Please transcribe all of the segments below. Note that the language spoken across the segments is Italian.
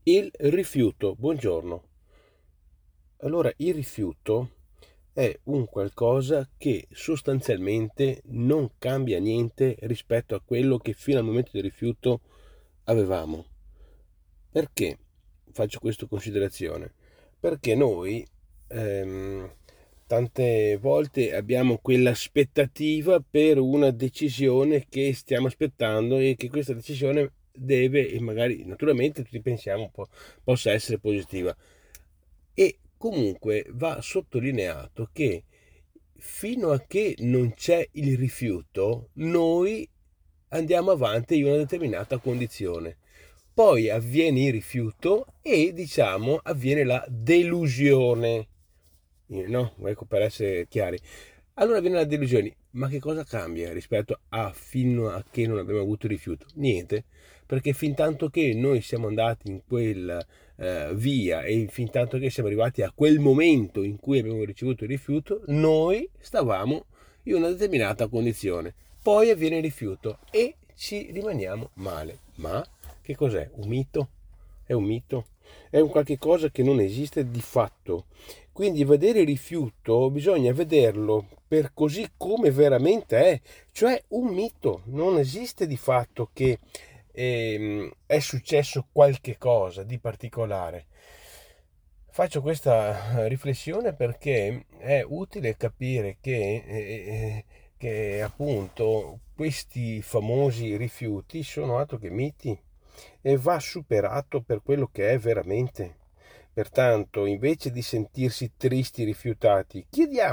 Il rifiuto, buongiorno. Allora, il rifiuto è un qualcosa che sostanzialmente non cambia niente rispetto a quello che fino al momento del rifiuto avevamo. Perché faccio questa considerazione? Perché noi ehm, tante volte abbiamo quell'aspettativa per una decisione che stiamo aspettando e che questa decisione deve, e magari naturalmente tutti pensiamo possa essere positiva. E comunque va sottolineato che fino a che non c'è il rifiuto, noi andiamo avanti in una determinata condizione. Poi avviene il rifiuto e diciamo avviene la delusione, no? Ecco, per essere chiari. Allora viene la delusione, ma che cosa cambia rispetto a fino a che non abbiamo avuto rifiuto? Niente, perché fin tanto che noi siamo andati in quella via e fin tanto che siamo arrivati a quel momento in cui abbiamo ricevuto il rifiuto, noi stavamo in una determinata condizione. Poi avviene il rifiuto e ci rimaniamo male. Ma che cos'è? Un mito? È un mito? È un qualche cosa che non esiste di fatto. Quindi vedere il rifiuto bisogna vederlo per così come veramente è, cioè un mito. Non esiste di fatto che è successo qualche cosa di particolare. Faccio questa riflessione perché è utile capire che appunto questi famosi rifiuti sono altro che miti e va superato per quello che è veramente. Pertanto, invece di sentirsi tristi, rifiutati,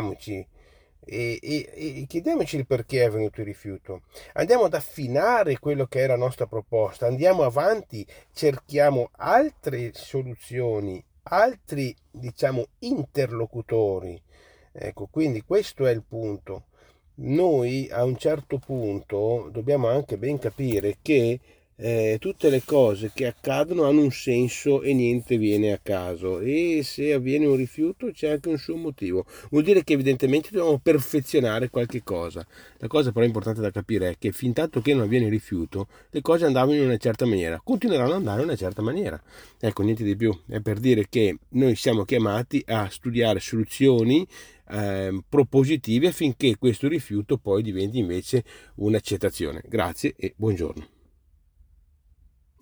chiediamoci il perché è venuto il rifiuto. Andiamo ad affinare quello che è la nostra proposta, andiamo avanti, cerchiamo altre soluzioni, altri, diciamo, interlocutori. Ecco, quindi questo è il punto. Noi a un certo punto dobbiamo anche ben capire che tutte le cose che accadono hanno un senso e niente viene a caso, e se avviene un rifiuto c'è anche un suo motivo. Vuol dire che evidentemente dobbiamo perfezionare qualche cosa. La cosa però importante da capire è che fin tanto che non avviene il rifiuto, le cose andavano in una certa maniera, continueranno ad andare in una certa maniera. Ecco, niente di più. È per dire che noi siamo chiamati a studiare soluzioni propositive affinché questo rifiuto poi diventi invece un'accettazione. Grazie e buongiorno.